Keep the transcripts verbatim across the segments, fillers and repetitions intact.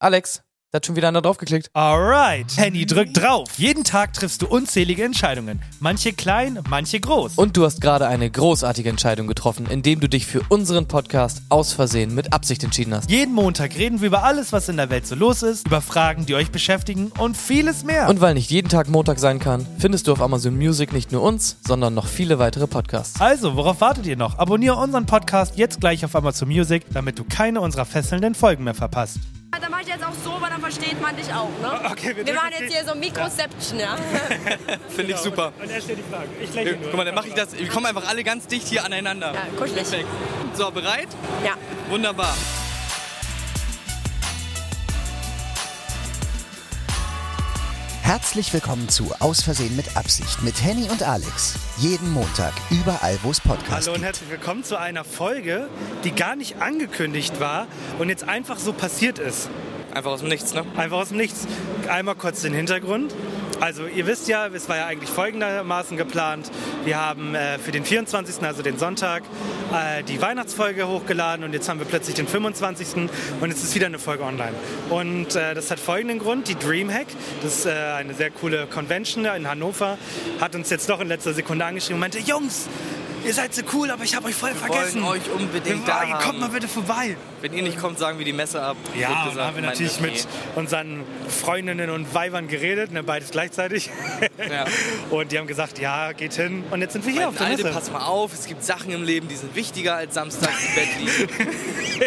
Alex, da hat schon wieder einer draufgeklickt. Alright, Henny, drück drauf. Jeden Tag triffst du unzählige Entscheidungen. Manche klein, manche groß. Und du hast gerade eine großartige Entscheidung getroffen, indem du dich für unseren Podcast aus Versehen mit Absicht entschieden hast. Jeden Montag reden wir über alles, was in der Welt so los ist, über Fragen, die euch beschäftigen und vieles mehr. Und weil nicht jeden Tag Montag sein kann, findest du auf Amazon Music nicht nur uns, sondern noch viele weitere Podcasts. Also, worauf wartet ihr noch? Abonniere unseren Podcast jetzt gleich auf Amazon Music, damit du keine unserer fesselnden Folgen mehr verpasst. Dann mach ich jetzt auch so, weil dann versteht man dich auch, ne? Okay, wir Wir machen jetzt hier so Mikroception, ja. Finde ich super. Und er stellt die Frage. Ich lächle nur. Guck mal, dann mache ich das. Wir kommen einfach alle ganz dicht hier aneinander. Ja, kuschelig. Perfekt. So, bereit? Ja. Wunderbar. Herzlich willkommen zu Aus Versehen mit Absicht mit Henny und Alex. Jeden Montag, überall wo es Podcasts Hallo und gibt. herzlich willkommen zu einer Folge, die gar nicht angekündigt war und jetzt einfach so passiert ist. Einfach aus dem Nichts, ne? Einfach aus dem Nichts. Einmal kurz den Hintergrund. Also ihr wisst ja, es war ja eigentlich folgendermaßen geplant. Wir haben äh, für den vierundzwanzigsten, also den Sonntag, äh, die Weihnachtsfolge hochgeladen und jetzt haben wir plötzlich den fünfundzwanzigsten und jetzt ist wieder eine Folge online. Und äh, das hat folgenden Grund, die Dreamhack, das ist äh, eine sehr coole Convention in Hannover, hat uns jetzt doch in letzter Sekunde angeschrieben und meinte, Jungs, ihr seid so cool, aber ich habe euch voll Wir vergessen. wollen euch unbedingt wir, da Kommt haben. mal bitte vorbei. Wenn ihr nicht kommt, sagen wir die Messe ab. Ja, Wird und gesagt, dann haben wir meinen natürlich wir, mit unseren Freundinnen und Weibern geredet, ne, beides gleichzeitig. Ja. Und die haben gesagt, ja, geht hin. Und jetzt sind wir hier auf der Alter, Messe. pass mal auf, es gibt Sachen im Leben, die sind wichtiger als samstags im Bett liegen.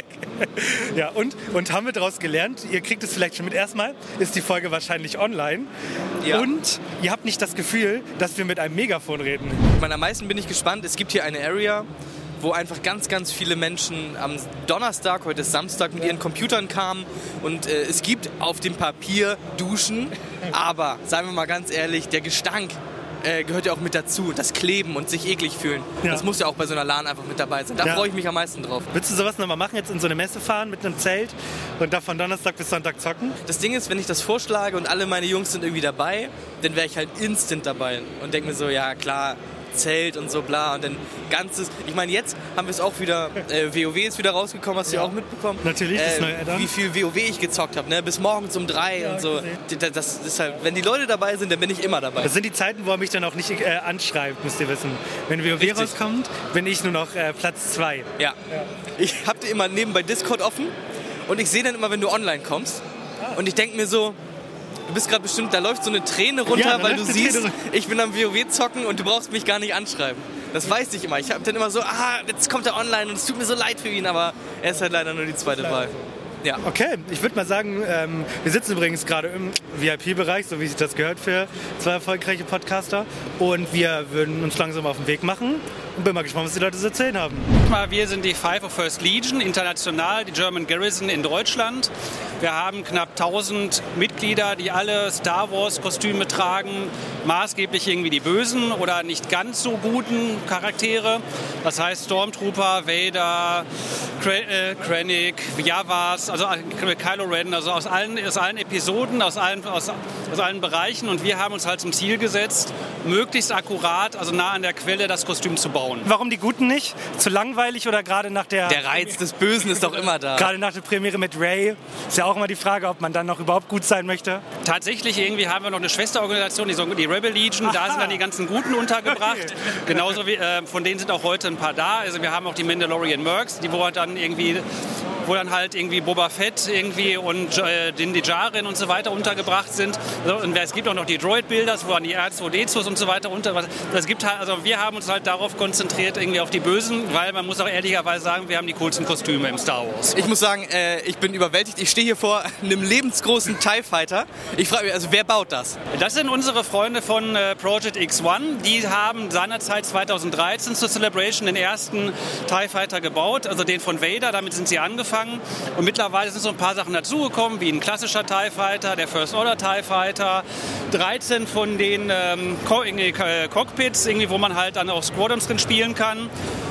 Ja, und, und haben wir daraus gelernt, ihr kriegt es vielleicht schon mit, erstmal ist die Folge wahrscheinlich online. Ja. Und ihr habt nicht das Gefühl, dass wir mit einem Megafon reden. Ich meine, am meisten bin ich gespannt, es gibt hier eine Area, wo einfach ganz, ganz viele Menschen am Donnerstag, heute ist Samstag, mit ihren Computern kamen und äh, es gibt auf dem Papier Duschen, aber, sagen wir mal ganz ehrlich, der Gestank äh, gehört ja auch mit dazu, das Kleben und sich eklig fühlen. Ja. Das muss ja auch bei so einer LAN einfach mit dabei sein. Da Ja. freue ich mich am meisten drauf. Würdest du sowas nochmal machen, jetzt in so eine Messe fahren mit einem Zelt und da von Donnerstag bis Sonntag zocken? Das Ding ist, wenn ich das vorschlage und alle meine Jungs sind irgendwie dabei, dann wäre ich halt instant dabei und denke mir so, ja klar, Zelt und so bla und dann ganzes, ich meine jetzt haben wir es auch wieder, äh, WoW ist wieder rausgekommen, hast du ja auch mitbekommen? Natürlich, das äh, neue Add-on. Wie viel WoW ich gezockt habe, ne? Bis morgens um drei Ja, und so. gesehen. Das, das ist halt, wenn die Leute dabei sind, dann bin ich immer dabei. Das sind die Zeiten, wo er mich dann auch nicht äh, anschreibt, müsst ihr wissen. Wenn WoW Richtig. rauskommt, bin ich nur noch äh, Platz zwei. Ja. Ich habe dir immer nebenbei Discord offen und ich sehe dann immer, wenn du online kommst und ich denke mir so, du bist gerade bestimmt, da läuft so eine Träne runter, Ja, da weil du läuft eine siehst, Träne. ich bin am WoW zocken und du brauchst mich gar nicht anschreiben. Das weiß ich immer. Ich habe dann immer so, ah, jetzt kommt er online und es tut mir so leid für ihn, aber er ist halt leider nur die zweite Wahl. Ja. Okay, ich würde mal sagen, ähm, wir sitzen übrigens gerade im V I P-Bereich, so wie sich das gehört für zwei erfolgreiche Podcaster. Und wir würden uns langsam auf den Weg machen und bin mal gespannt, was die Leute zu erzählen haben. Wir sind die Five of First Legion, international, die German Garrison in Deutschland. Wir haben knapp tausend Mitglieder, die alle Star Wars-Kostüme tragen, maßgeblich irgendwie die bösen oder nicht ganz so guten Charaktere. Das heißt Stormtrooper, Vader, Kre- äh, Krennic, Javas, also Kylo Ren, also aus allen, aus allen Episoden, aus allen, aus, aus allen Bereichen. Und wir haben uns halt zum Ziel gesetzt, möglichst akkurat, also nah an der Quelle, das Kostüm zu bauen. Warum die Guten nicht? Zu langweilig oder gerade nach der... Der Reiz des Bösen ist doch immer da. Gerade nach der Premiere mit Rey ist ja auch immer die Frage, ob man dann noch überhaupt gut sein möchte. Tatsächlich irgendwie haben wir noch eine Schwesterorganisation, die, so, die Rebel Legion. Da Aha. sind dann die ganzen Guten untergebracht. Okay. Genauso wie, äh, von denen sind auch heute ein paar da. Also wir haben auch die Mandalorian Mercs, die wo halt dann irgendwie, wo dann halt irgendwie Boba Fett irgendwie und äh, Din Djarin und so weiter untergebracht sind. So, und es gibt auch noch die Droid-Builders, wo dann die R zwei D zwei und so weiter unter. Das gibt halt, also wir haben uns halt darauf konzentriert, irgendwie auf die Bösen, weil man muss auch ehrlicherweise sagen, wir haben die coolsten Kostüme im Star Wars. Ich muss sagen, äh, ich bin überwältigt. Ich stehe hier vor einem lebensgroßen TIE Fighter. Ich frage mich, also wer baut das? Das sind unsere Freunde von äh, Project X eins. Die haben seinerzeit zweitausenddreizehn zur Celebration den ersten TIE Fighter gebaut, also den von Vader. Damit sind sie angefangen. Und mittlerweile sind so ein paar Sachen dazugekommen, wie ein klassischer TIE Fighter, der First Order TIE Fighter. dreizehn von den ähm, Co- irgendwie, äh, Cockpits, irgendwie, wo man halt dann auch Squadrons drin spielen kann.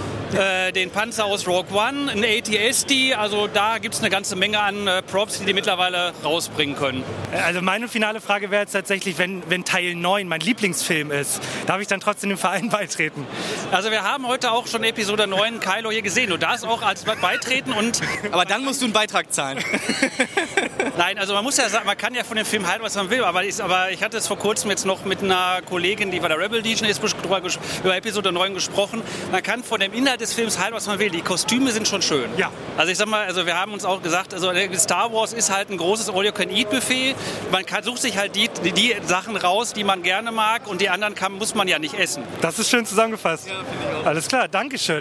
Äh, den Panzer aus Rogue One, ein A T S D, also da gibt es eine ganze Menge an äh, Props, die die mittlerweile rausbringen können. Also meine finale Frage wäre jetzt tatsächlich, wenn, wenn Teil neun mein Lieblingsfilm ist, darf ich dann trotzdem dem Verein beitreten? Also wir haben heute auch schon Episode neun Kylo hier gesehen. Du darfst auch als beitreten und... Aber dann musst du einen Beitrag zahlen. Nein, Nein, also man muss ja sagen, man kann ja von dem Film halten, was man will, aber ich, aber ich hatte es vor kurzem jetzt noch mit einer Kollegin, die bei der Rebel Legion ist, drüber ges- über Episode neun gesprochen. Man kann von dem Inhalt des Films halten, was man will. Die Kostüme sind schon schön. Ja. Also ich sag mal, also wir haben uns auch gesagt, also Star Wars ist halt ein großes All-You-Can-Eat-Buffet. Man kann, sucht sich halt die, die, die Sachen raus, die man gerne mag, und die anderen kann, muss man ja nicht essen. Das ist schön zusammengefasst. Ja, finde ich auch. Alles klar, Dankeschön.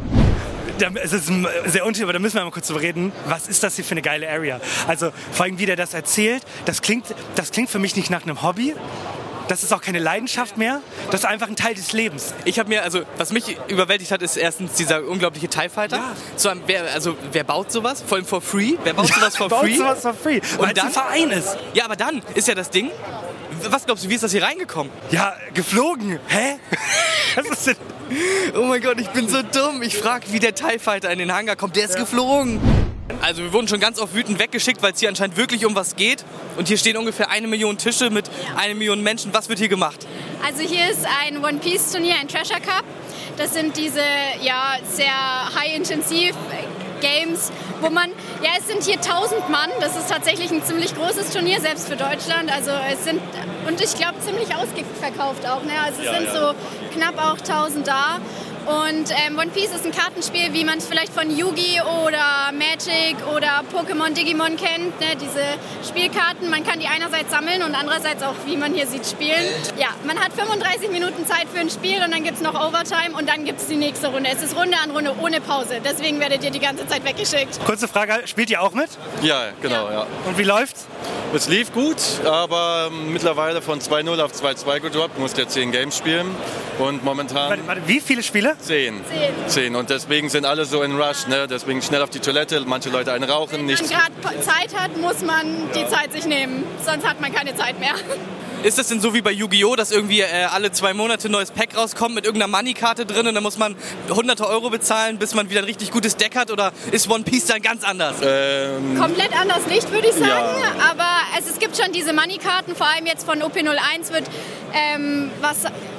Es ist sehr unterschiedlich, aber da müssen wir mal kurz drüber reden. Was ist das hier für eine geile Area? Also vor allem, wie der das erzählt, das klingt, das klingt für mich nicht nach einem Hobby. Das ist auch keine Leidenschaft mehr. Das ist einfach ein Teil des Lebens. Ich habe mir, also was mich überwältigt hat, ist erstens dieser unglaubliche TIE Fighter. Ja. So, wer, also wer baut sowas? Vor allem for free? Wer baut sowas for baut free? sowas for free? Weil es ein Verein ist. Ja, aber dann ist ja das Ding. Was glaubst du, wie ist das hier reingekommen? Ja, geflogen. Hä? Was ist denn? Oh mein Gott, ich bin so dumm. Ich frage, wie der TIE Fighter in den Hangar kommt. Der ist ja geflogen. Also wir wurden schon ganz oft wütend weggeschickt, weil es hier anscheinend wirklich um was geht. Und hier stehen ungefähr eine Million Tische mit eine Million Menschen. Was wird hier gemacht? Also hier ist ein One-Piece-Turnier, ein Treasure Cup. Das sind diese ja, sehr high-intensiv Games, wo man, ja, es sind hier tausend Mann. Das ist tatsächlich ein ziemlich großes Turnier, selbst für Deutschland. Also es sind, und ich glaube, ziemlich ausverkauft auch. Ne? Also es ja, sind ja. so knapp auch tausend da. Und ähm, One Piece ist ein Kartenspiel, wie man es vielleicht von Yu-Gi oder Magic oder Pokémon, Digimon kennt. Ne? Diese Spielkarten, man kann die einerseits sammeln und andererseits auch, wie man hier sieht, spielen. Ja, man hat fünfunddreißig Minuten Zeit für ein Spiel und dann gibt es noch Overtime und dann gibt es die nächste Runde. Es ist Runde an Runde ohne Pause, deswegen werdet ihr die ganze Zeit weggeschickt. Kurze Frage, spielt ihr auch mit? Ja, genau, ja. ja. Und wie läuft's? Es lief gut, aber mittlerweile von zwei null auf zwei zwei gedroppt, musste ja zehn Games spielen und momentan... Warte, warte, wie viele Spiele? Zehn. Zehn. Zehn. Und deswegen sind alle so in Rush, ne? Deswegen schnell auf die Toilette, manche Leute einen rauchen. Wenn nicht. man gerade Zeit hat, muss man ja. die Zeit sich nehmen, sonst hat man keine Zeit mehr. Ist das denn so wie bei Yu-Gi-Oh!, dass irgendwie äh, alle zwei Monate ein neues Pack rauskommt mit irgendeiner Money-Karte drin und dann muss man hunderte Euro bezahlen, bis man wieder ein richtig gutes Deck hat? Oder ist One Piece dann ganz anders? Ähm, Komplett anders nicht, würde ich sagen. Ja. Aber es, es gibt schon diese Money-Karten, vor allem jetzt von O P null eins wird ähm, was...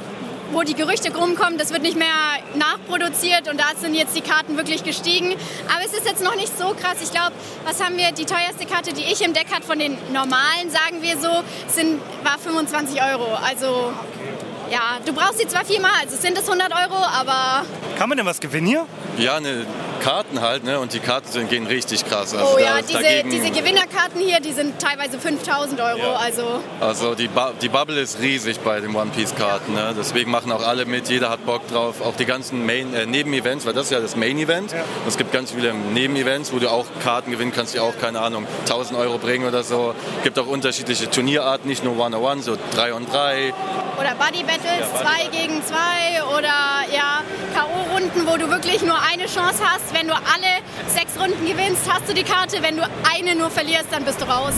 wo die Gerüchte rumkommen, das wird nicht mehr nachproduziert und da sind jetzt die Karten wirklich gestiegen. Aber es ist jetzt noch nicht so krass. Ich glaube, was haben wir, die teuerste Karte, die ich im Deck hatte von den normalen, sagen wir so, sind, war fünfundzwanzig Euro. Also ja, du brauchst sie zwar viermal, also sind es hundert Euro, aber... Kann man denn was gewinnen hier? Ja, ne, Karten halt, ne? Und die Karten sind, gehen richtig krass. Also oh ja, da, diese, dagegen, diese Gewinnerkarten hier, die sind teilweise fünftausend Euro. Ja. Also, also die, ba- die Bubble ist riesig bei den One Piece Karten. Ne? Deswegen machen auch alle mit, jeder hat Bock drauf. Auch die ganzen Main, äh, Nebenevents, weil das ist ja das Main-Event. Ja. Es gibt ganz viele Nebenevents, wo du auch Karten gewinnen kannst, die auch, keine Ahnung, tausend Euro bringen oder so. Es gibt auch unterschiedliche Turnierarten, nicht nur one on one, so drei on drei. Oder Buddy Battles, ja, zwei gegen zwei oder ja, K O-Runden, wo du wirklich nur eine Chance hast. Wenn du alle sechs Runden gewinnst, hast du die Karte. Wenn du eine nur verlierst, dann bist du raus.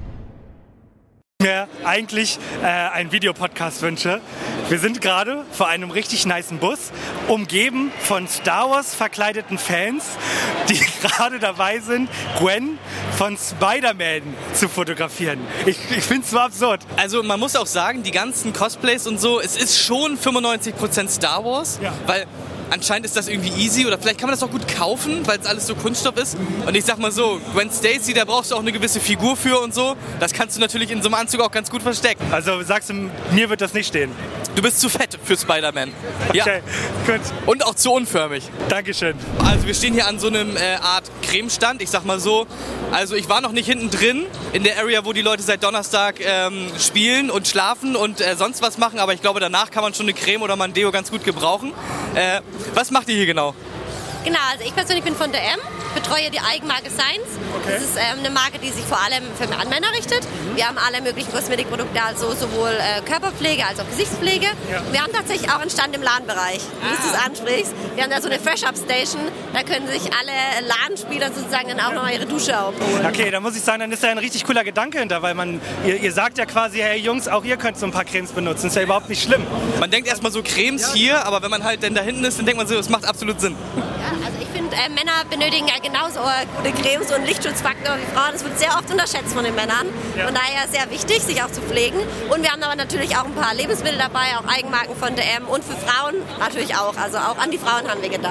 Mir eigentlich äh, einen Videopodcast wünsche. Wir sind gerade vor einem richtig nicen Bus, umgeben von Star Wars verkleideten Fans, die gerade dabei sind, Gwen von Spider-Man zu fotografieren. Ich, ich finde es so absurd. Also man muss auch sagen, die ganzen Cosplays und so, es ist schon fünfundneunzig Prozent Star Wars, ja. weil anscheinend ist das irgendwie easy oder vielleicht kann man das auch gut kaufen, weil es alles so Kunststoff ist. Und ich sag mal so, Gwen Stacy, da brauchst du auch eine gewisse Figur für und so. Das kannst du natürlich in so einem Anzug auch ganz gut verstecken. Also sagst du, mir wird das nicht stehen? Du bist zu fett für Spider-Man. Ja. Okay, gut. Und auch zu unförmig. Dankeschön. Also wir stehen hier an so einem äh, Art Cremestand, ich sag mal so. Also ich war noch nicht hinten drin, in der Area, wo die Leute seit Donnerstag ähm, spielen und schlafen und äh, sonst was machen. Aber ich glaube, danach kann man schon eine Creme oder mal ein Deo ganz gut gebrauchen. Äh, was macht ihr hier genau? Genau, also ich persönlich bin von D M, betreue die Eigenmarke Science. Okay. Das ist ähm, eine Marke, die sich vor allem für Männer richtet. Mhm. Wir haben alle möglichen Kosmetikprodukte, also sowohl äh, Körperpflege als auch Gesichtspflege. Ja. Wir haben tatsächlich auch einen Stand im LAN-Bereich, wie ah. du es ansprichst. Wir haben da so eine Fresh-Up-Station, da können sich alle LAN-Spieler sozusagen dann auch noch ihre Dusche abholen. Okay, da muss ich sagen, dann ist da ein richtig cooler Gedanke hinter, weil man, ihr, ihr sagt ja quasi, hey Jungs, auch ihr könnt so ein paar Cremes benutzen, ist ja überhaupt nicht schlimm. Man denkt erstmal so Cremes ja. hier, aber wenn man halt dann da hinten ist, dann denkt man so, es macht absolut Sinn. Ja, also ich finde, äh, Männer benötigen ja genauso äh, gute Cremes und Lichtschutzfaktor wie Frauen. Das wird sehr oft unterschätzt von den Männern. Ja. Von daher sehr wichtig, sich auch zu pflegen. Und wir haben aber natürlich auch ein paar Lebensmittel dabei, auch Eigenmarken von D M und für Frauen natürlich auch. Also auch an die Frauen haben wir gedacht.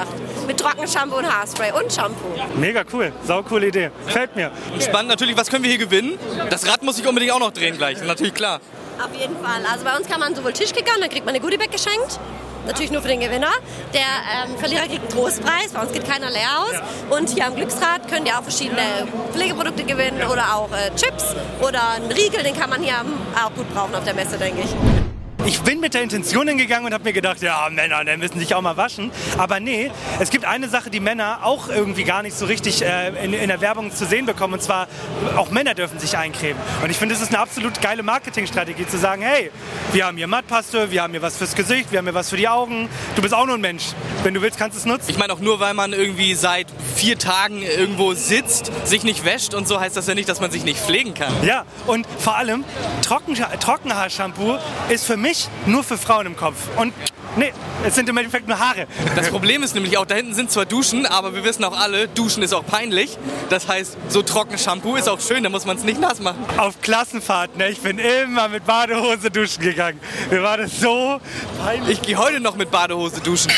mit Trockenshampoo und Haarspray und Shampoo. Mega cool, sau coole Idee. Gefällt mir. Und spannend natürlich, was können wir hier gewinnen? Das Rad muss ich unbedingt auch noch drehen gleich, natürlich klar. Auf jeden Fall. Also bei uns kann man sowohl Tischkicker und dann kriegt man eine Goodiebag geschenkt. Natürlich nur für den Gewinner. Der ähm, Verlierer kriegt einen Trostpreis, bei uns geht keiner leer aus. Und hier am Glücksrad könnt ihr auch verschiedene Pflegeprodukte gewinnen oder auch äh, Chips oder einen Riegel, den kann man hier auch gut brauchen auf der Messe, denke ich. Ich bin mit der Intention hingegangen und habe mir gedacht, ja, Männer, die müssen sich auch mal waschen. Aber nee, es gibt eine Sache, die Männer auch irgendwie gar nicht so richtig äh, in, in der Werbung zu sehen bekommen. Und zwar, auch Männer dürfen sich eincremen. Und ich finde, es ist eine absolut geile Marketingstrategie, zu sagen, hey, wir haben hier Mattpaste, wir haben hier was fürs Gesicht, wir haben hier was für die Augen. Du bist auch nur ein Mensch. Wenn du willst, kannst du es nutzen. Ich meine, auch nur weil man irgendwie seit vier Tagen irgendwo sitzt, sich nicht wäscht und so, heißt das ja nicht, dass man sich nicht pflegen kann. Ja, und vor allem, Trocken, Trockenhaarshampoo ist für mich nur für Frauen im Kopf. Und nee, es sind im Endeffekt nur Haare. Das Problem ist nämlich auch, da hinten sind zwar Duschen, aber wir wissen auch alle, Duschen ist auch peinlich. Das heißt, so trocken Shampoo ist auch schön, da muss man es nicht nass machen. Auf Klassenfahrten, ne? Ich bin immer mit Badehose duschen gegangen. Mir war das so peinlich. Ich gehe heute noch mit Badehose duschen.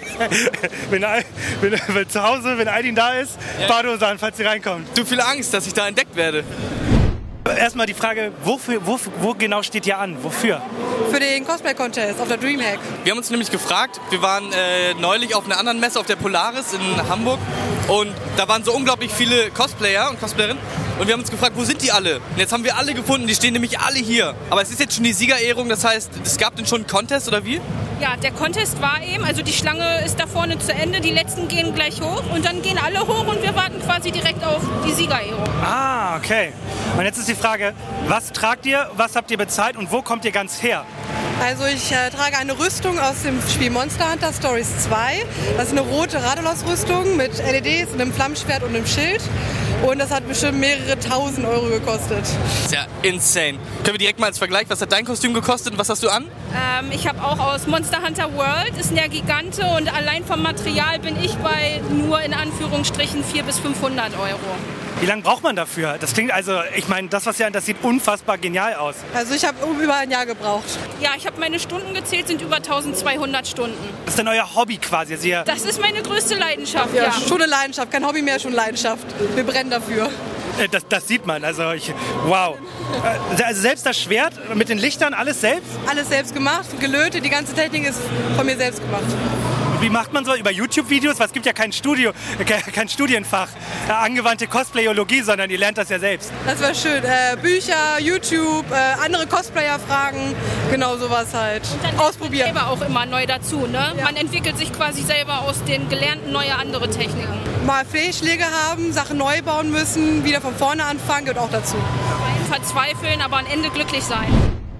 wenn, wenn, wenn zu Hause, wenn Aydin da ist, ja. Badehose an, falls sie reinkommt. Du, viel Angst, dass ich da entdeckt werde. Erstmal die Frage, wofür, wo, wo genau steht ihr an? Wofür? Für den Cosplay-Contest auf der Dreamhack. Wir haben uns nämlich gefragt, wir waren äh, neulich auf einer anderen Messe, auf der Polaris in Hamburg. Und da waren so unglaublich viele Cosplayer und Cosplayerinnen. Und wir haben uns gefragt, wo sind die alle? Und jetzt haben wir alle gefunden, die stehen nämlich alle hier. Aber es ist jetzt schon die Siegerehrung, das heißt, es gab denn schon einen Contest oder wie? Ja, der Contest war eben, also die Schlange ist da vorne zu Ende, die letzten gehen gleich hoch und dann gehen alle hoch und wir warten quasi direkt auf die Siegerehrung. Ah, okay. Und jetzt ist die Frage, was tragt ihr, was habt ihr bezahlt und wo kommt ihr ganz her? Also ich äh, trage eine Rüstung aus dem Spiel Monster Hunter Stories zwei. Das ist eine rote Radolos-Rüstung mit L E Ds, einem Flammschwert und einem Schild. Und das hat bestimmt mehrere tausend Euro gekostet. Das ist ja insane. Können wir direkt mal als Vergleich, was hat dein Kostüm gekostet und was hast du an? Ähm, ich habe auch aus Monster Hunter World, ist der Gigante und allein vom Material bin ich bei nur in Anführungsstrichen vierhundert bis fünfhundert Euro. Wie lange braucht man dafür? Das klingt also, ich meine, das was ja, das sieht unfassbar genial aus. Also ich habe über ein Jahr gebraucht. Ja, ich habe meine Stunden gezählt, sind über tausendzweihundert Stunden. Das ist dann euer Hobby quasi? Also ihr das ist meine größte Leidenschaft, ja. ja. Schon eine Leidenschaft, kein Hobby mehr, schon Leidenschaft. Wir brennen dafür. Das, das sieht man, also ich, wow. Also selbst das Schwert mit den Lichtern, alles selbst? Alles selbst gemacht, gelötet, die ganze Technik ist von mir selbst gemacht. Wie macht man so über YouTube-Videos? Weil es gibt ja kein Studio, kein Studienfach, äh, angewandte Cosplayologie, sondern ihr lernt das ja selbst. Das war schön. Äh, Bücher, YouTube, äh, andere Cosplayer fragen, genau sowas halt. Und dann ausprobieren. Selber auch immer neu dazu, ne? Ja. Man entwickelt sich quasi selber aus den Gelernten neue andere Techniken. Mal Fehlschläge haben, Sachen neu bauen müssen, wieder von vorne anfangen, gehört auch dazu. Verzweifeln, aber am Ende glücklich sein.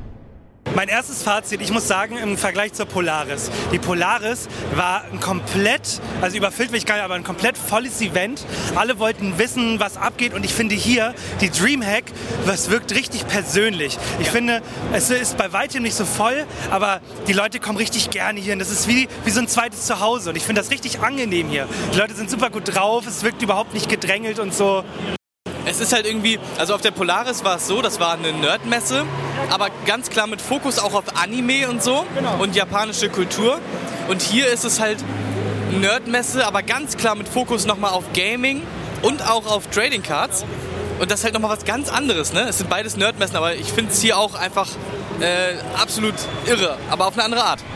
Mein erstes Fazit, ich muss sagen, im Vergleich zur Polaris. Die Polaris war ein komplett, also überfüllt will ich gar nicht, aber ein komplett volles Event. Alle wollten wissen, was abgeht und ich finde hier, die Dreamhack, das wirkt richtig persönlich. Ich ja. finde, es ist bei weitem nicht so voll, aber die Leute kommen richtig gerne hier und das ist wie, wie so ein zweites Zuhause und ich finde das richtig angenehm hier. Die Leute sind super gut drauf, es wirkt überhaupt nicht gedrängelt und so. Es ist halt irgendwie, also auf der Polaris war es so, das war eine Nerdmesse, aber ganz klar mit Fokus auch auf Anime und so genau. und japanische Kultur. Und hier ist es halt Nerdmesse, aber ganz klar mit Fokus nochmal auf Gaming und auch auf Trading Cards. Und das ist halt nochmal was ganz anderes, ne? Es sind beides Nerdmessen, aber ich finde es hier auch einfach äh, absolut irre, aber auf eine andere Art.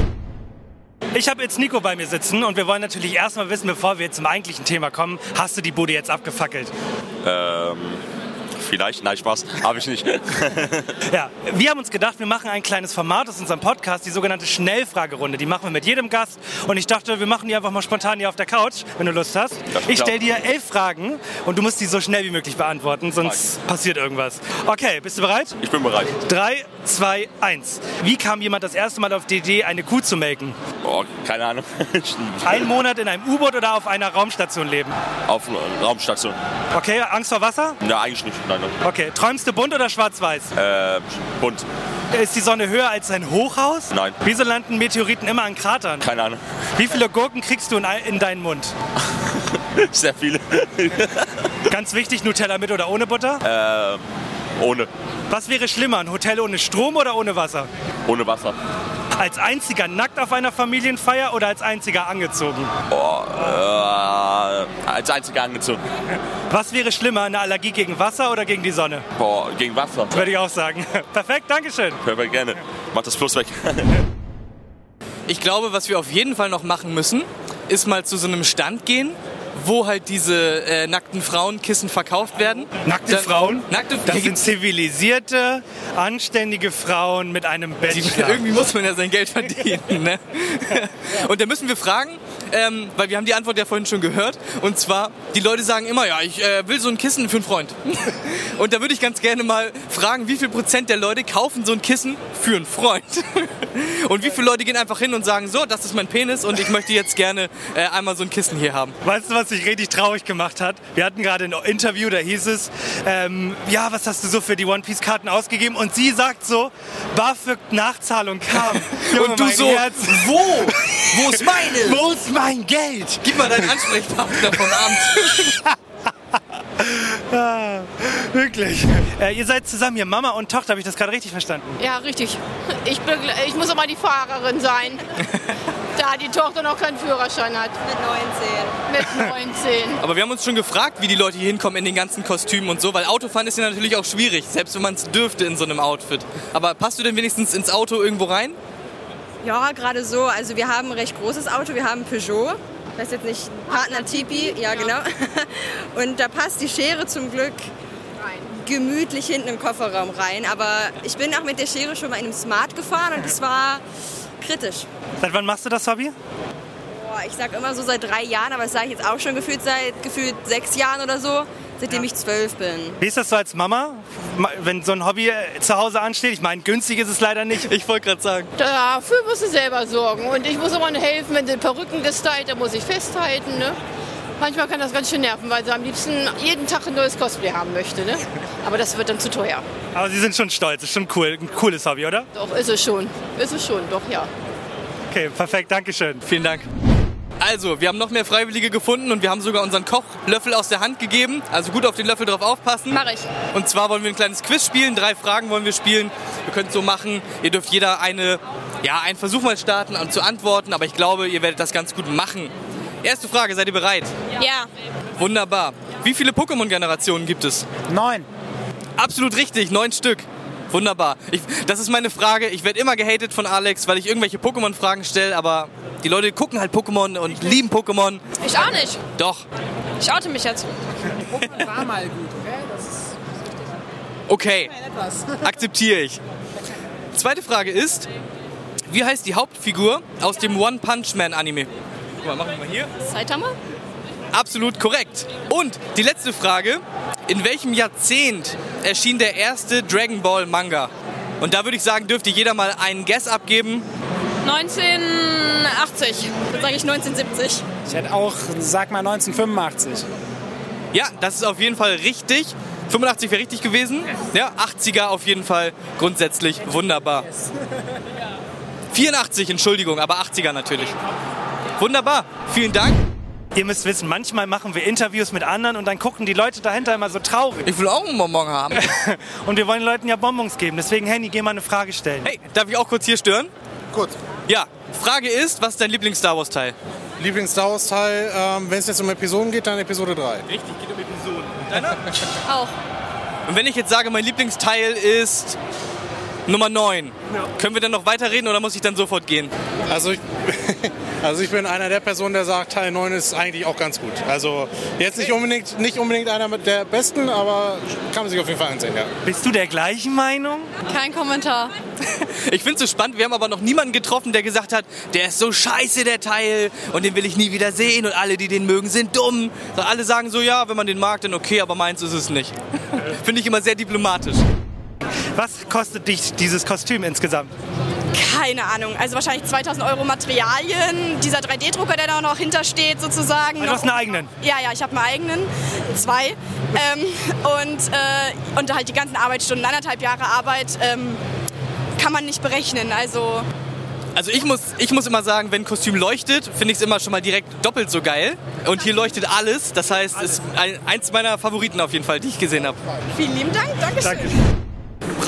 Ich habe jetzt Nico bei mir sitzen und wir wollen natürlich erstmal wissen, bevor wir jetzt zum eigentlichen Thema kommen, hast du die Bude jetzt abgefackelt? Ähm, vielleicht, nein, Spaß, habe ich nicht. Ja, wir haben uns gedacht, wir machen ein kleines Format aus unserem Podcast, die sogenannte Schnellfragerunde. Die machen wir mit jedem Gast und ich dachte, wir machen die einfach mal spontan hier auf der Couch, wenn du Lust hast. Ich stelle dir elf Fragen und du musst die so schnell wie möglich beantworten, sonst Nein. passiert irgendwas. Okay, bist du bereit? Ich bin bereit. Drei, zwei, eins. Wie kam jemand das erste Mal auf die Idee, eine Kuh zu melken? Oh, keine Ahnung. Ein Monat in einem U-Boot oder auf einer Raumstation leben? Auf einer Raumstation. Okay, Angst vor Wasser? Ja, eigentlich nicht. Nein, nein. Okay, träumst du bunt oder schwarz-weiß? Äh, bunt. Ist die Sonne höher als ein Hochhaus? Nein. Wieso landen Meteoriten immer an Kratern? Keine Ahnung. Wie viele Gurken kriegst du in, in deinen Mund? Sehr viele. Ganz wichtig, Nutella mit oder ohne Butter? Äh, ohne. Was wäre schlimmer, ein Hotel ohne Strom oder ohne Wasser? Ohne Wasser. Als einziger nackt auf einer Familienfeier oder als einziger angezogen? Oh, äh, als einziger angezogen. Was wäre schlimmer, eine Allergie gegen Wasser oder gegen die Sonne? Boah, gegen Wasser. Würde ich auch sagen. Perfekt, Dankeschön. Perfekt, gerne. Mach das Fluss weg. Ich glaube, was wir auf jeden Fall noch machen müssen, ist mal zu so einem Stand gehen, wo halt diese äh, nackten Frauenkissen verkauft werden. Nackte Da, Frauen? Nackte Das sind zivilisierte, anständige Frauen mit einem Bachelor. Irgendwie muss man ja sein Geld verdienen. Ne? Und da müssen wir fragen, ähm, weil wir haben die Antwort ja vorhin schon gehört. Und zwar, die Leute sagen immer, ja, ich äh, will so ein Kissen für einen Freund. Und da würde ich ganz gerne mal fragen, wie viel Prozent der Leute kaufen so ein Kissen für einen Freund? Und wie viele Leute gehen einfach hin und sagen, so, das ist mein Penis und ich möchte jetzt gerne äh, einmal so ein Kissen hier haben. Weißt du, was mich richtig traurig gemacht hat? Wir hatten gerade ein Interview, da hieß es, ähm, ja, was hast du so für die One-Piece-Karten ausgegeben? Und sie sagt so, BAföG-Nachzahlung kam. Junge, Und du mein so, Herz. wo? Wo ist meine? Wo ist mein Geld? Gib mal deinen Ansprechpartner vom Abend. Ah, wirklich. Äh, ihr seid zusammen hier, Mama und Tochter, habe ich das gerade richtig verstanden? Ja, richtig. Ich, begle- ich muss aber die Fahrerin sein, da die Tochter noch keinen Führerschein hat. Mit neunzehn. Mit neunzehn. Aber wir haben uns schon gefragt, wie die Leute hier hinkommen in den ganzen Kostümen und so, weil Autofahren ist ja natürlich auch schwierig, selbst wenn man es dürfte in so einem Outfit. Aber passt du denn wenigstens ins Auto irgendwo rein? Ja, gerade so. Also wir haben ein recht großes Auto, wir haben ein Peugeot. Das ist jetzt nicht Partner Tipi, ja genau. Und da passt die Schere zum Glück gemütlich hinten im Kofferraum rein. Aber ich bin auch mit der Schere schon mal in einem Smart gefahren und es war kritisch. Seit wann machst du das Hobby? Boah, ich sag immer so seit drei Jahren, aber das sage ich jetzt auch schon gefühlt seit gefühlt sechs Jahren oder so, seitdem ich zwölf bin. Wie ist das so als Mama, wenn so ein Hobby äh, zu Hause ansteht? Ich meine, günstig ist es leider nicht. Ich wollte gerade sagen. Dafür musst du selber sorgen. Und ich muss immer helfen, wenn sie Perücken gestylt, dann muss ich festhalten. Ne? Manchmal kann das ganz schön nerven, weil sie am liebsten jeden Tag ein neues Cosplay haben möchte. Ne? Aber das wird dann zu teuer. Aber Sie sind schon stolz, ist schon cool, ein cooles Hobby, oder? Doch, ist es schon. Ist es schon, doch, ja. Okay, perfekt, Dankeschön. Vielen Dank. Also, wir haben noch mehr Freiwillige gefunden und wir haben sogar unseren Kochlöffel aus der Hand gegeben. Also gut auf den Löffel drauf aufpassen. Mach ich. Und zwar wollen wir ein kleines Quiz spielen. Drei Fragen wollen wir spielen. Wir können es so machen. Ihr dürft jeder eine, ja, einen Versuch mal starten und zu antworten. Aber ich glaube, ihr werdet das ganz gut machen. Erste Frage, seid ihr bereit? Ja. Wunderbar. Wie viele Pokémon-Generationen gibt es? Neun. Absolut richtig, neun Stück. Wunderbar. Ich, das ist meine Frage. Ich werde immer gehatet von Alex, weil ich irgendwelche Pokémon-Fragen stelle, aber die Leute gucken halt Pokémon und lieben Pokémon. Ich auch nicht. Doch. Ich oute mich jetzt. Pokémon war mal gut, okay? Das ist Okay, etwas. akzeptiere ich. Zweite Frage ist, wie heißt die Hauptfigur aus dem One Punch Man Anime? Guck mal, machen wir mal hier. Saitama? Absolut korrekt. Und die letzte Frage, in welchem Jahrzehnt erschien der erste Dragon Ball Manga? Und da würde ich sagen, dürfte jeder mal einen Guess abgeben. neunzehnhundertachtzig. Dann sage ich neunzehnhundertsiebzig. Ich hätte auch, sag mal, neunzehnhundertfünfundachtzig. Ja, das ist auf jeden Fall richtig. fünfundachtzig wäre richtig gewesen. Ja, achtziger auf jeden Fall grundsätzlich wunderbar. vierundachtzig, Entschuldigung, aber achtziger natürlich. Wunderbar, vielen Dank. Ihr müsst wissen, manchmal machen wir Interviews mit anderen und dann gucken die Leute dahinter immer so traurig. Ich will auch einen Bonbon haben. Und wir wollen den Leuten ja Bonbons geben. Deswegen, Henny, geh mal eine Frage stellen. Hey, darf ich auch kurz hier stören? Kurz. Ja, Frage ist, was ist dein Lieblings-Star Wars-Teil? Lieblings-Star Wars-Teil, ähm, wenn es jetzt um Episoden geht, dann Episode drei. Richtig, geht um Episoden. Deiner? Auch. Und wenn ich jetzt sage, mein Lieblingsteil ist Nummer neun, ja. Können wir dann noch weiterreden oder muss ich dann sofort gehen? Also ich, also ich bin einer der Personen, der sagt, Teil neun ist eigentlich auch ganz gut. Also jetzt nicht unbedingt, nicht unbedingt einer der besten, aber kann man sich auf jeden Fall ansehen, ja. Bist du der gleichen Meinung? Kein Kommentar. Ich finde es so spannend, wir haben aber noch niemanden getroffen, der gesagt hat, der ist so scheiße, der Teil, und den will ich nie wieder sehen und alle, die den mögen, sind dumm. Alle sagen so, ja, wenn man den mag, dann okay, aber meins ist es nicht. Finde ich immer sehr diplomatisch. Was kostet dich dieses Kostüm insgesamt? Keine Ahnung. Also wahrscheinlich zweitausend Euro Materialien. Dieser drei D Drucker, der da noch hintersteht sozusagen. Also du hast einen eigenen? Ja, ja, ich habe einen eigenen. Zwei. Ähm, und, äh, und halt die ganzen Arbeitsstunden, anderthalb Jahre Arbeit, ähm, kann man nicht berechnen. Also... Also ich muss, ich muss immer sagen, wenn ein Kostüm leuchtet, finde ich es immer schon mal direkt doppelt so geil. Und hier leuchtet alles. Das heißt, es ist ein, eins meiner Favoriten auf jeden Fall, die ich gesehen habe. Vielen lieben Dank. Dankeschön. Danke.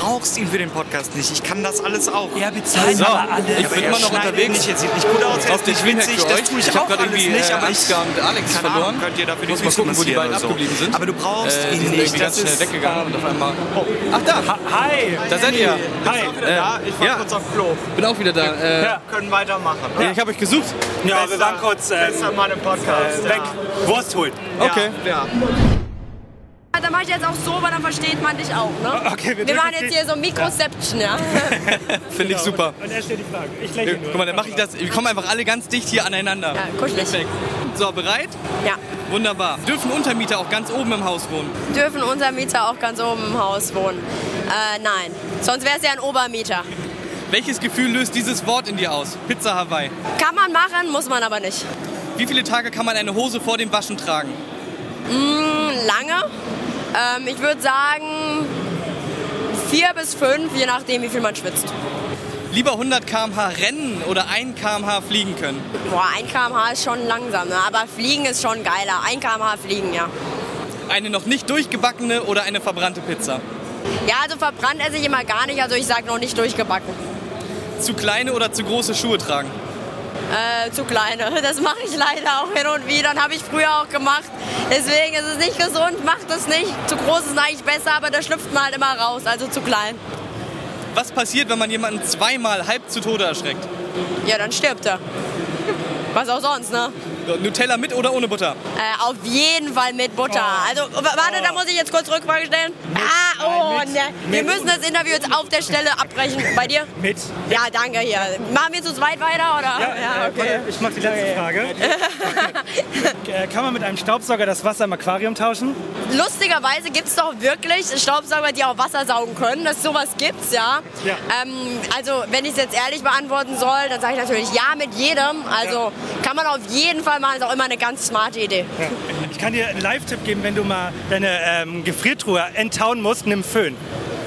brauchst ihn für den Podcast nicht. Ich kann das alles auch. Ja, bezahlen So, aber alle. ich bin immer noch unterwegs. Nicht, jetzt sieht nicht gut aus, Auf jetzt nicht den witzig, für das euch. tue ich, Ich hab auch grad alles irgendwie, nicht. äh, Aber Ansgar und Alex keine verloren. Ahnung, könnt ihr dafür die Muss mal Füße gucken, wo die beiden massieren oder abgeblieben so. sind. Aber du brauchst äh, ihn die sind nicht. irgendwie ganz Das schnell ist, weggegangen und auf einmal... Oh. Ach da! Hi! Da seid ihr. Hi! Äh, Ja, ich war ja. kurz auf Klo. Bin auch wieder da. Äh, Ja. Können weitermachen. ja. Ich habe euch gesucht. Ja, wir waren kurz ähm, Besser mal im Podcast. äh, weg. Wurst holen. Okay. Ja. Dann mach ich jetzt auch so, weil dann versteht man dich auch, ne? Okay, wir Wir drücken machen die- jetzt hier so Mikroception, ja? Finde ich super. Und er stellt die Frage. Ich lächle nur. Guck mal, dann mache ich das. Wir kommen einfach alle ganz dicht hier aneinander. Ja, kuschelig. Perfekt. So, bereit? Ja. Wunderbar. Dürfen Untermieter auch ganz oben im Haus wohnen? Dürfen Untermieter auch ganz oben im Haus wohnen? Äh, nein. Sonst wäre es ja ein Obermieter. Welches Gefühl löst dieses Wort in dir aus? Pizza Hawaii. Kann man machen, muss man aber nicht. Wie viele Tage kann man eine Hose vor dem Waschen tragen? Mm, lange. Ähm, ich würde sagen vier bis fünf, je nachdem, wie viel man schwitzt. Lieber hundert Kilometer pro Stunde rennen oder ein Kilometer pro Stunde fliegen können? Boah, ein Kilometer pro Stunde ist schon langsam, ne? Aber fliegen ist schon geiler. ein Kilometer pro Stunde fliegen, ja. Eine noch nicht durchgebackene oder eine verbrannte Pizza? Ja, also verbrannt esse ich immer gar nicht, also ich sag noch nicht durchgebacken. Zu kleine oder zu große Schuhe tragen? Äh, zu kleine. Das mache ich leider auch hin und wieder und habe ich früher auch gemacht. Deswegen ist es nicht gesund, macht es nicht. Zu groß ist eigentlich besser, aber da schlüpft man halt immer raus, also zu klein. Was passiert, wenn man jemanden zweimal halb zu Tode erschreckt? Ja, dann stirbt er. Was auch sonst, ne? Nutella mit oder ohne Butter? Äh, auf jeden Fall mit Butter. Oh. Also, w- warte, da muss ich jetzt kurz Rückfrage stellen. Ah, oh, Nein, mit. ne. Wir Mit. müssen das Interview jetzt auf der Stelle abbrechen. Bei dir? Mit. Ja, danke hier. Machen wir zu zweit weiter, oder? Ja, äh, ich mache die letzte Frage. Äh, Kann man mit einem Staubsauger das Wasser im Aquarium tauschen? Lustigerweise gibt es doch wirklich Staubsauger, die auch Wasser saugen können. Dass sowas gibt's, ja. Ja. Ähm, also, wenn ich es jetzt ehrlich beantworten soll, dann sage ich natürlich ja mit jedem. Also, kann man auf jeden Fall machen. Ist auch immer eine ganz smarte Idee. Ja. Ich kann dir einen Live-Tipp geben, wenn du mal deine ähm, Gefriertruhe enttauen musst, nimm Föhn.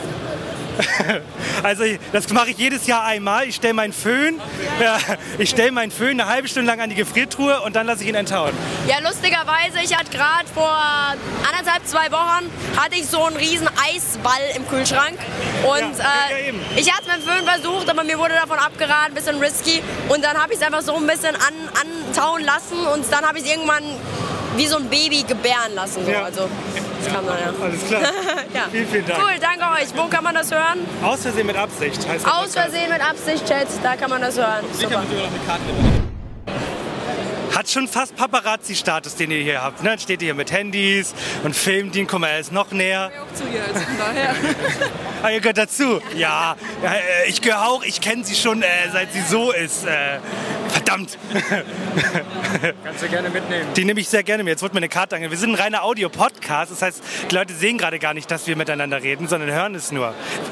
Also ich- das mache ich jedes Jahr einmal. Ich stelle meinen Föhn, ja, ich stelle meinen Föhn eine halbe Stunde lang an die Gefriertruhe und dann lasse ich ihn enttauen. Ja, lustigerweise, ich hatte gerade vor anderthalb, zwei Wochen, hatte ich so einen riesen Eisball im Kühlschrank. Und Ja, ja, äh, eben. ich hatte es mit dem Föhn versucht, aber mir wurde davon abgeraten, ein bisschen risky. Und dann habe ich es einfach so ein bisschen an, antauen lassen und dann habe ich es irgendwann wie so ein Baby gebären lassen. So. Ja. Also, das kam dann, ja. Alles klar. ja. Vielen, vielen Dank. Cool, danke euch. Wo kann man das hören? Aus Versehen mit Absicht heißt der Aus Podcast. Versehen mit Absicht, Chat, da kann man das hören. Super. Hat schon fast Paparazzi-Status, den ihr hier habt. Ne? Dann steht ihr hier mit Handys und filmt ihn. Guck mal, er ist noch näher. Zu ihr jetzt, von daher. Ah, ihr gehört dazu. Ja, ja, äh, ich gehöre auch. Ich kenne sie schon, äh, seit sie so ist. Äh, verdammt. Kannst du gerne mitnehmen. Die nehme ich sehr gerne mit. Jetzt wurde mir eine Karte angegeben. Wir sind ein reiner Audio-Podcast. Das heißt, die Leute sehen gerade gar nicht, dass wir miteinander reden, sondern hören es nur.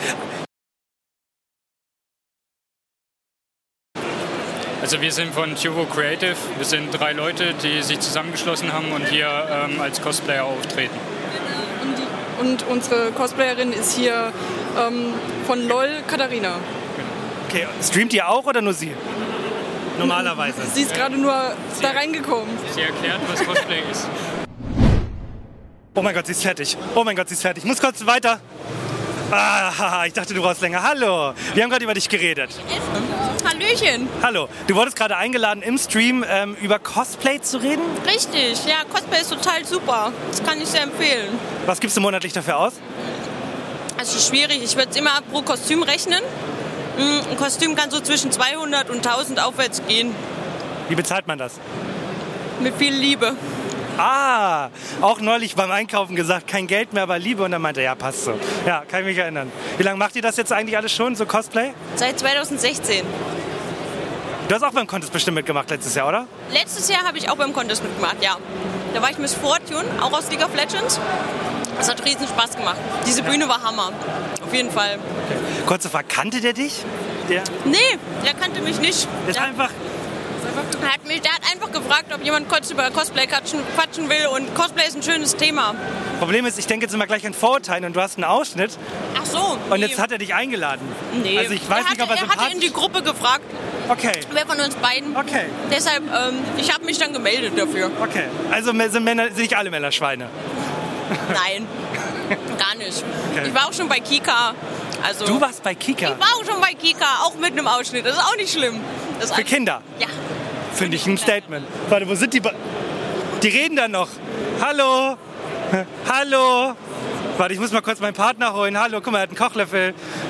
Also wir sind von Tuvo Creative. Wir sind drei Leute, die sich zusammengeschlossen haben und hier ähm, als Cosplayer auftreten. Und unsere Cosplayerin ist hier ähm, von LOL Katharina. Okay, streamt ihr auch oder nur sie? Normalerweise. Sie ist gerade nur da reingekommen. Sie erklärt, was Cosplay ist. Oh mein Gott, sie ist fertig. Oh mein Gott, sie ist fertig. Ich muss kurz weiter. Ah, ich dachte, du brauchst länger. Hallo. Wir haben gerade über dich geredet. Hallöchen. Hallo. Du wurdest gerade eingeladen, im Stream ähm, über Cosplay zu reden. Richtig, ja, Cosplay ist total super. Das kann ich sehr empfehlen. Was gibst du monatlich dafür aus? Also schwierig, ich würde es immer pro Kostüm rechnen. Mm, Ein Kostüm kann so zwischen zweihundert und tausend aufwärts gehen. Wie bezahlt man das? Mit viel Liebe. Ah, auch neulich beim Einkaufen gesagt, kein Geld mehr, aber Liebe. Und dann meinte er, ja, passt so. Ja, kann ich mich erinnern. Wie lange macht ihr das jetzt eigentlich alles schon, so Cosplay? Seit zweitausendsechzehn. Du hast auch beim Contest bestimmt mitgemacht letztes Jahr, oder? Letztes Jahr habe ich auch beim Contest mitgemacht, ja. Da war ich Miss Fortune, auch aus League of Legends. Das hat riesen Spaß gemacht. Diese Bühne war Hammer. Auf jeden Fall. Okay. Kurze Frage, kannte der dich? Der? Nee, der kannte mich nicht. Der ist Der- einfach... Er hat, mich, der hat einfach gefragt, ob jemand kurz über Cosplay quatschen, quatschen will. Und Cosplay ist ein schönes Thema. Problem ist, ich denke jetzt immer gleich an Vorurteilen und du hast einen Ausschnitt. Ach so. Und nee. jetzt hat er dich eingeladen. Nee. Also ich weiß er nicht, ob er hatte, er hatte sympathisch in die Gruppe gefragt. Okay. Wer von uns beiden. Okay. Deshalb, ähm, ich habe mich dann gemeldet dafür. Okay. Also sind, Männer, sind nicht alle Männer Schweine. Nein, gar nicht. Okay. Ich war auch schon bei Kika. Also, Du warst bei Kika? Ich war auch schon bei Kika, auch mit einem Ausschnitt. Das ist auch nicht schlimm. Das ist Für Kinder? Ja. Finde ich ein Statement. Warte, wo sind die? Ba die reden dann noch. Hallo? Hallo? Warte, ich muss mal kurz meinen Partner holen. Hallo, guck mal, er hat einen Kochlöffel.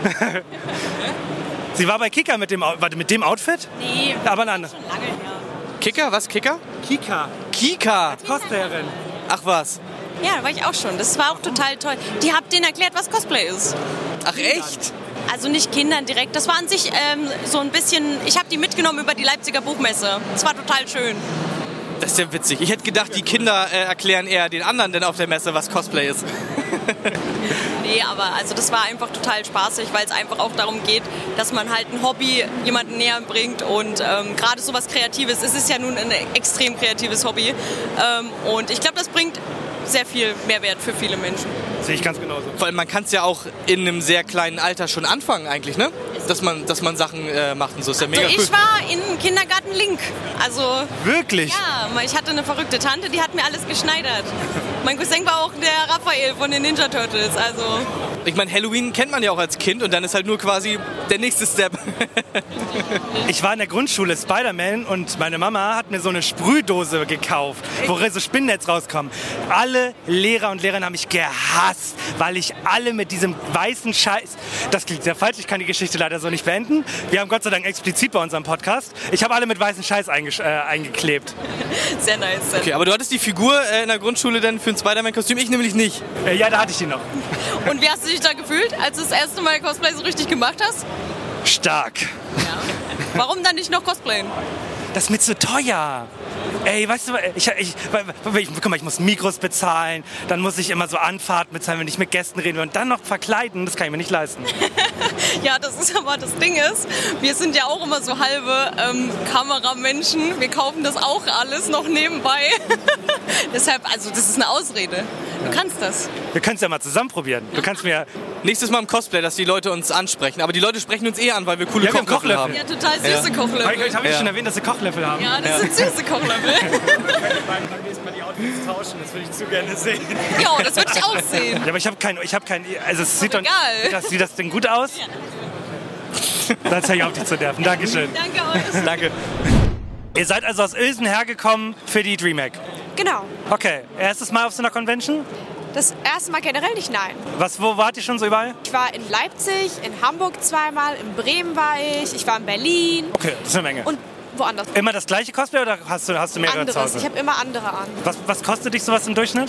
Sie war bei Kika mit dem, Au- warte, mit dem Outfit? Nee, aber ein anderes. schon lange her. Kicker? Was? Kicker? Kika. Kika? Als Cosplayerin. Ach was. Ja, da war ich auch schon. Das war auch total toll. Die habt denen erklärt, was Cosplay ist. Ach echt? Also nicht Kindern direkt. Das war an sich ähm, so ein bisschen... Ich habe die mitgenommen über die Leipziger Buchmesse. Das war total schön. Das ist ja witzig. Ich hätte gedacht, die Kinder äh, erklären eher den anderen denn auf der Messe, was Cosplay ist. Nee, aber also das war einfach total spaßig, weil es einfach auch darum geht, dass man halt ein Hobby jemanden näher bringt und ähm, gerade so was Kreatives. Es ist ja nun ein extrem kreatives Hobby ähm, und ich glaube, das bringt sehr viel Mehrwert für viele Menschen. Sehe ich ganz genauso. Vor allem, man kann es ja auch in einem sehr kleinen Alter schon anfangen eigentlich, ne? Dass man, dass man Sachen äh, macht und so. Ist ja mega So, cool. ich war in Kindergarten Link. Also Wirklich? ja, ich hatte eine verrückte Tante, die hat mir alles geschneidert. Mein Cousin war auch der Raphael von den Ninja Turtles. Also Ich meine, Halloween kennt man ja auch als Kind und dann ist halt nur quasi der nächste Step. Ich war in der Grundschule Spider-Man und meine Mama hat mir so eine Sprühdose gekauft, wo so Spinnnetz rauskommen. Alle Lehrer und Lehrerinnen haben mich gehasst, weil ich alle mit diesem weißen Scheiß... Das klingt sehr falsch, ich kann die Geschichte leider so nicht beenden. Wir haben Gott sei Dank explizit bei unserem Podcast. Ich habe alle mit weißen Scheiß einge- äh, eingeklebt. sehr nice. Sehr Okay, aber du hattest die Figur äh, in der Grundschule denn für ein Spider-Man-Kostüm? Ich nämlich nicht. Äh, ja, da hatte ich die noch. Und wie hast du dich da gefühlt, als du das erste Mal Cosplay so richtig gemacht hast? Stark. Warum dann nicht noch cosplayen? Das ist mir zu teuer. Ey, weißt du, ich, ich, ich, guck mal, ich muss Mikros bezahlen, dann muss ich immer so Anfahrten bezahlen, wenn ich mit Gästen rede und dann noch verkleiden, das kann ich mir nicht leisten. Ja, das ist aber das Ding ist, wir sind ja auch immer so halbe ähm, Kameramenschen. Wir kaufen das auch alles noch nebenbei. Deshalb, also das ist eine Ausrede. Du kannst das. Wir können es ja mal zusammen probieren. Du kannst mir... Nächstes Mal im Cosplay, dass die Leute uns ansprechen. Aber die Leute sprechen uns eh an, weil wir coole Ja, wir haben Kochlöffel haben. Ja, total süße Kochlöffel. Habe ich, hab ich Ja. schon erwähnt, dass sie Kochlöffel haben? Ja, das sind süße Kochlöffel. Beim nächsten Mal die Outfits tauschen, das würde ich zu gerne sehen. Ja, das würde ich auch sehen. Ja, aber ich habe kein, ich habe kein, also es sieht doch, egal. das, sieht das denn gut aus? Dann zeige ich auf dich zu nerven. Dankeschön. Danke euch. Danke. Ihr seid also aus Uelzen hergekommen für die DreamHack. Genau. Okay, erstes Mal auf so einer Convention? Das erste Mal generell nicht, nein. Was, wo wart ihr schon so überall? Ich war in Leipzig, in Hamburg zweimal, in Bremen war ich, ich war in Berlin Okay, das ist eine Menge. und woanders. Immer das gleiche Cosplay oder hast du, hast du mehrere zu Anderes. Hause? Ich habe immer andere an. Was, was kostet dich sowas im Durchschnitt?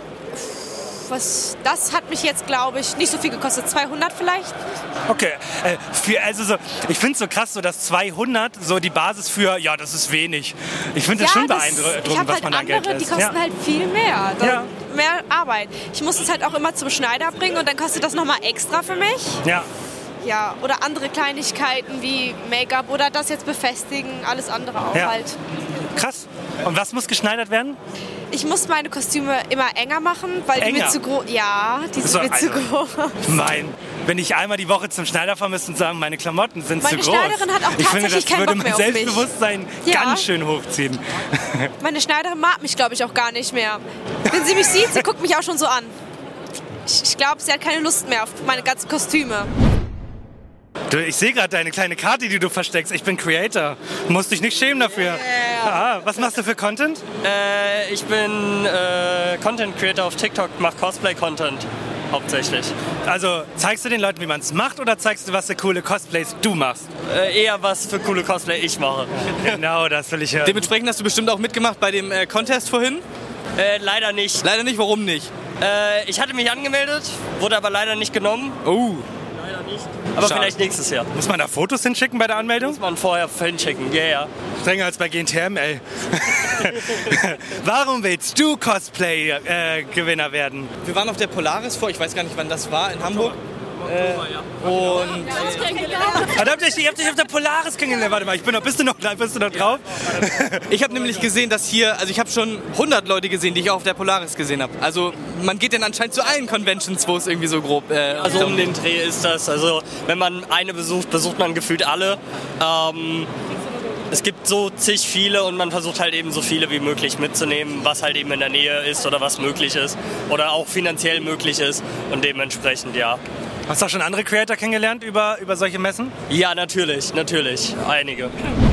Was, das hat mich jetzt, glaube ich, nicht so viel gekostet. zweihundert vielleicht? Okay, äh, für, also so, ich finde es so krass, so dass zweihundert so die Basis für, ja, das ist wenig. Ich finde das Ja, schon das- beeindruckend, ich hab was halt man da andere, Geld die lässt. kosten Ja. halt viel mehr. Da, Ja. Mehr Arbeit. Ich muss es halt auch immer zum Schneider bringen und dann kostet das nochmal extra für mich. Ja. Ja, oder andere Kleinigkeiten wie Make-up oder das jetzt befestigen, alles andere auch Ja. halt. Krass. Und was muss geschneidert werden? Ich muss meine Kostüme immer enger machen, weil die Enger? mir zu groß. Ja, die So, sind mir zu also, groß. Mein, wenn ich einmal die Woche zum Schneider fahren müsste und sagen, meine Klamotten sind Meine zu groß. Schneiderin hat auch ich finde, das tatsächlich keinen würde Bock mein mehr auf mich. Selbstbewusstsein Ja. ganz schön hochziehen. Meine Schneiderin mag mich, glaube ich, auch gar nicht mehr. Wenn sie mich sieht, sie guckt mich auch schon so an. Ich, ich glaube, sie hat keine Lust mehr auf meine ganzen Kostüme. Du, ich sehe gerade deine kleine Karte, die du versteckst. Ich bin Creator. Musst dich nicht schämen dafür. Ah, was machst du für Content? Äh, ich bin äh, Content Creator auf TikTok, mache Cosplay-Content hauptsächlich. Also zeigst du den Leuten, wie man es macht, oder zeigst du, was für coole Cosplays du machst? Äh, eher was für coole Cosplay ich mache. Genau, das will ich hören. Dementsprechend hast du bestimmt auch mitgemacht bei dem äh, Contest vorhin? Äh, leider nicht. Leider nicht, warum nicht? Äh, ich hatte mich angemeldet, wurde aber leider nicht genommen. Oh. Leider nicht. Aber Schade. vielleicht nächstes Jahr. Muss man da Fotos hinschicken bei der Anmeldung? Muss man vorher hinschicken, ja, ja. Strenger als bei G N T M, ey. Warum willst du Cosplay-Gewinner werden? Wir waren auf der Polaris vor, ich weiß gar nicht, wann das war, in Hamburg. Äh, und Ah, da habt ihr, ihr habt dich auf der Polaris kennengelernt. Warte mal, ich bin noch, bist du noch, bist du noch drauf? ich habe nämlich gesehen, dass hier, also ich habe schon hundert Leute gesehen, die ich auch auf der Polaris gesehen habe. Also man geht dann anscheinend zu allen Conventions, wo es irgendwie so grob... Äh, Also um den Dreh ist das. Also wenn man eine besucht, besucht man gefühlt alle. Ähm, es gibt so zig viele und man versucht halt eben so viele wie möglich mitzunehmen, was halt eben in der Nähe ist oder was möglich ist oder auch finanziell möglich ist und dementsprechend, ja. Hast du auch schon andere Creator kennengelernt über, über solche Messen? Ja, natürlich, natürlich. Einige.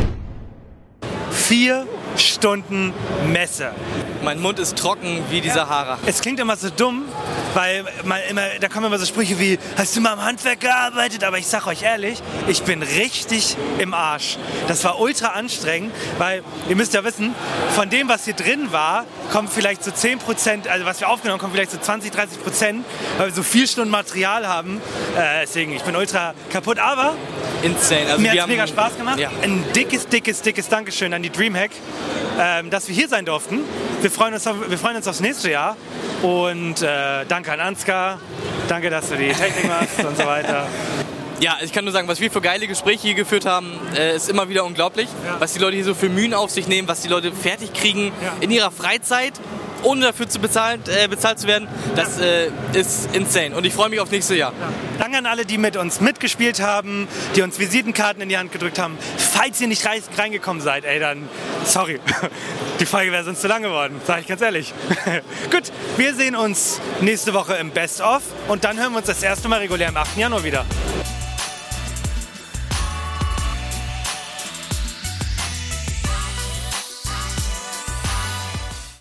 Vier Stunden Messe. Mein Mund ist trocken wie die Ja. Sahara. Es klingt immer so dumm, weil man immer, da kommen immer so Sprüche wie, hast du mal im Handwerk gearbeitet? Aber ich sag euch ehrlich, ich bin richtig im Arsch. Das war ultra anstrengend, weil ihr müsst ja wissen, von dem, was hier drin war, kommen vielleicht so zehn Prozent, also was wir aufgenommen haben, kommen vielleicht so zwanzig, dreißig Prozent, weil wir so vier Stunden Material haben. Äh, deswegen, ich bin ultra kaputt, aber insane. Also mir wir hat es mega haben- Spaß gemacht. Ja. Ein dickes, dickes, dickes Dankeschön an die Dreamhack, ähm, dass wir hier sein durften. Wir freuen uns, auf, wir freuen uns aufs nächste Jahr. Und äh, danke an Ansgar. Danke, dass du die Technik machst und so weiter. Ja, ich kann nur sagen, was wir für geile Gespräche hier geführt haben, äh, ist immer wieder unglaublich. Was die Leute hier so für Mühen auf sich nehmen, was die Leute fertig kriegen in ihrer Freizeit, ohne dafür zu bezahlen, äh, bezahlt zu werden, das äh, ist insane. Und ich freue mich auf nächstes Jahr. Danke an alle, die mit uns mitgespielt haben, die uns Visitenkarten in die Hand gedrückt haben. Falls ihr nicht rein- reingekommen seid, ey, dann sorry. Die Folge wäre sonst zu lang geworden, sage ich ganz ehrlich. Gut, wir sehen uns nächste Woche im Best-of und dann hören wir uns das erste Mal regulär am achten Januar wieder.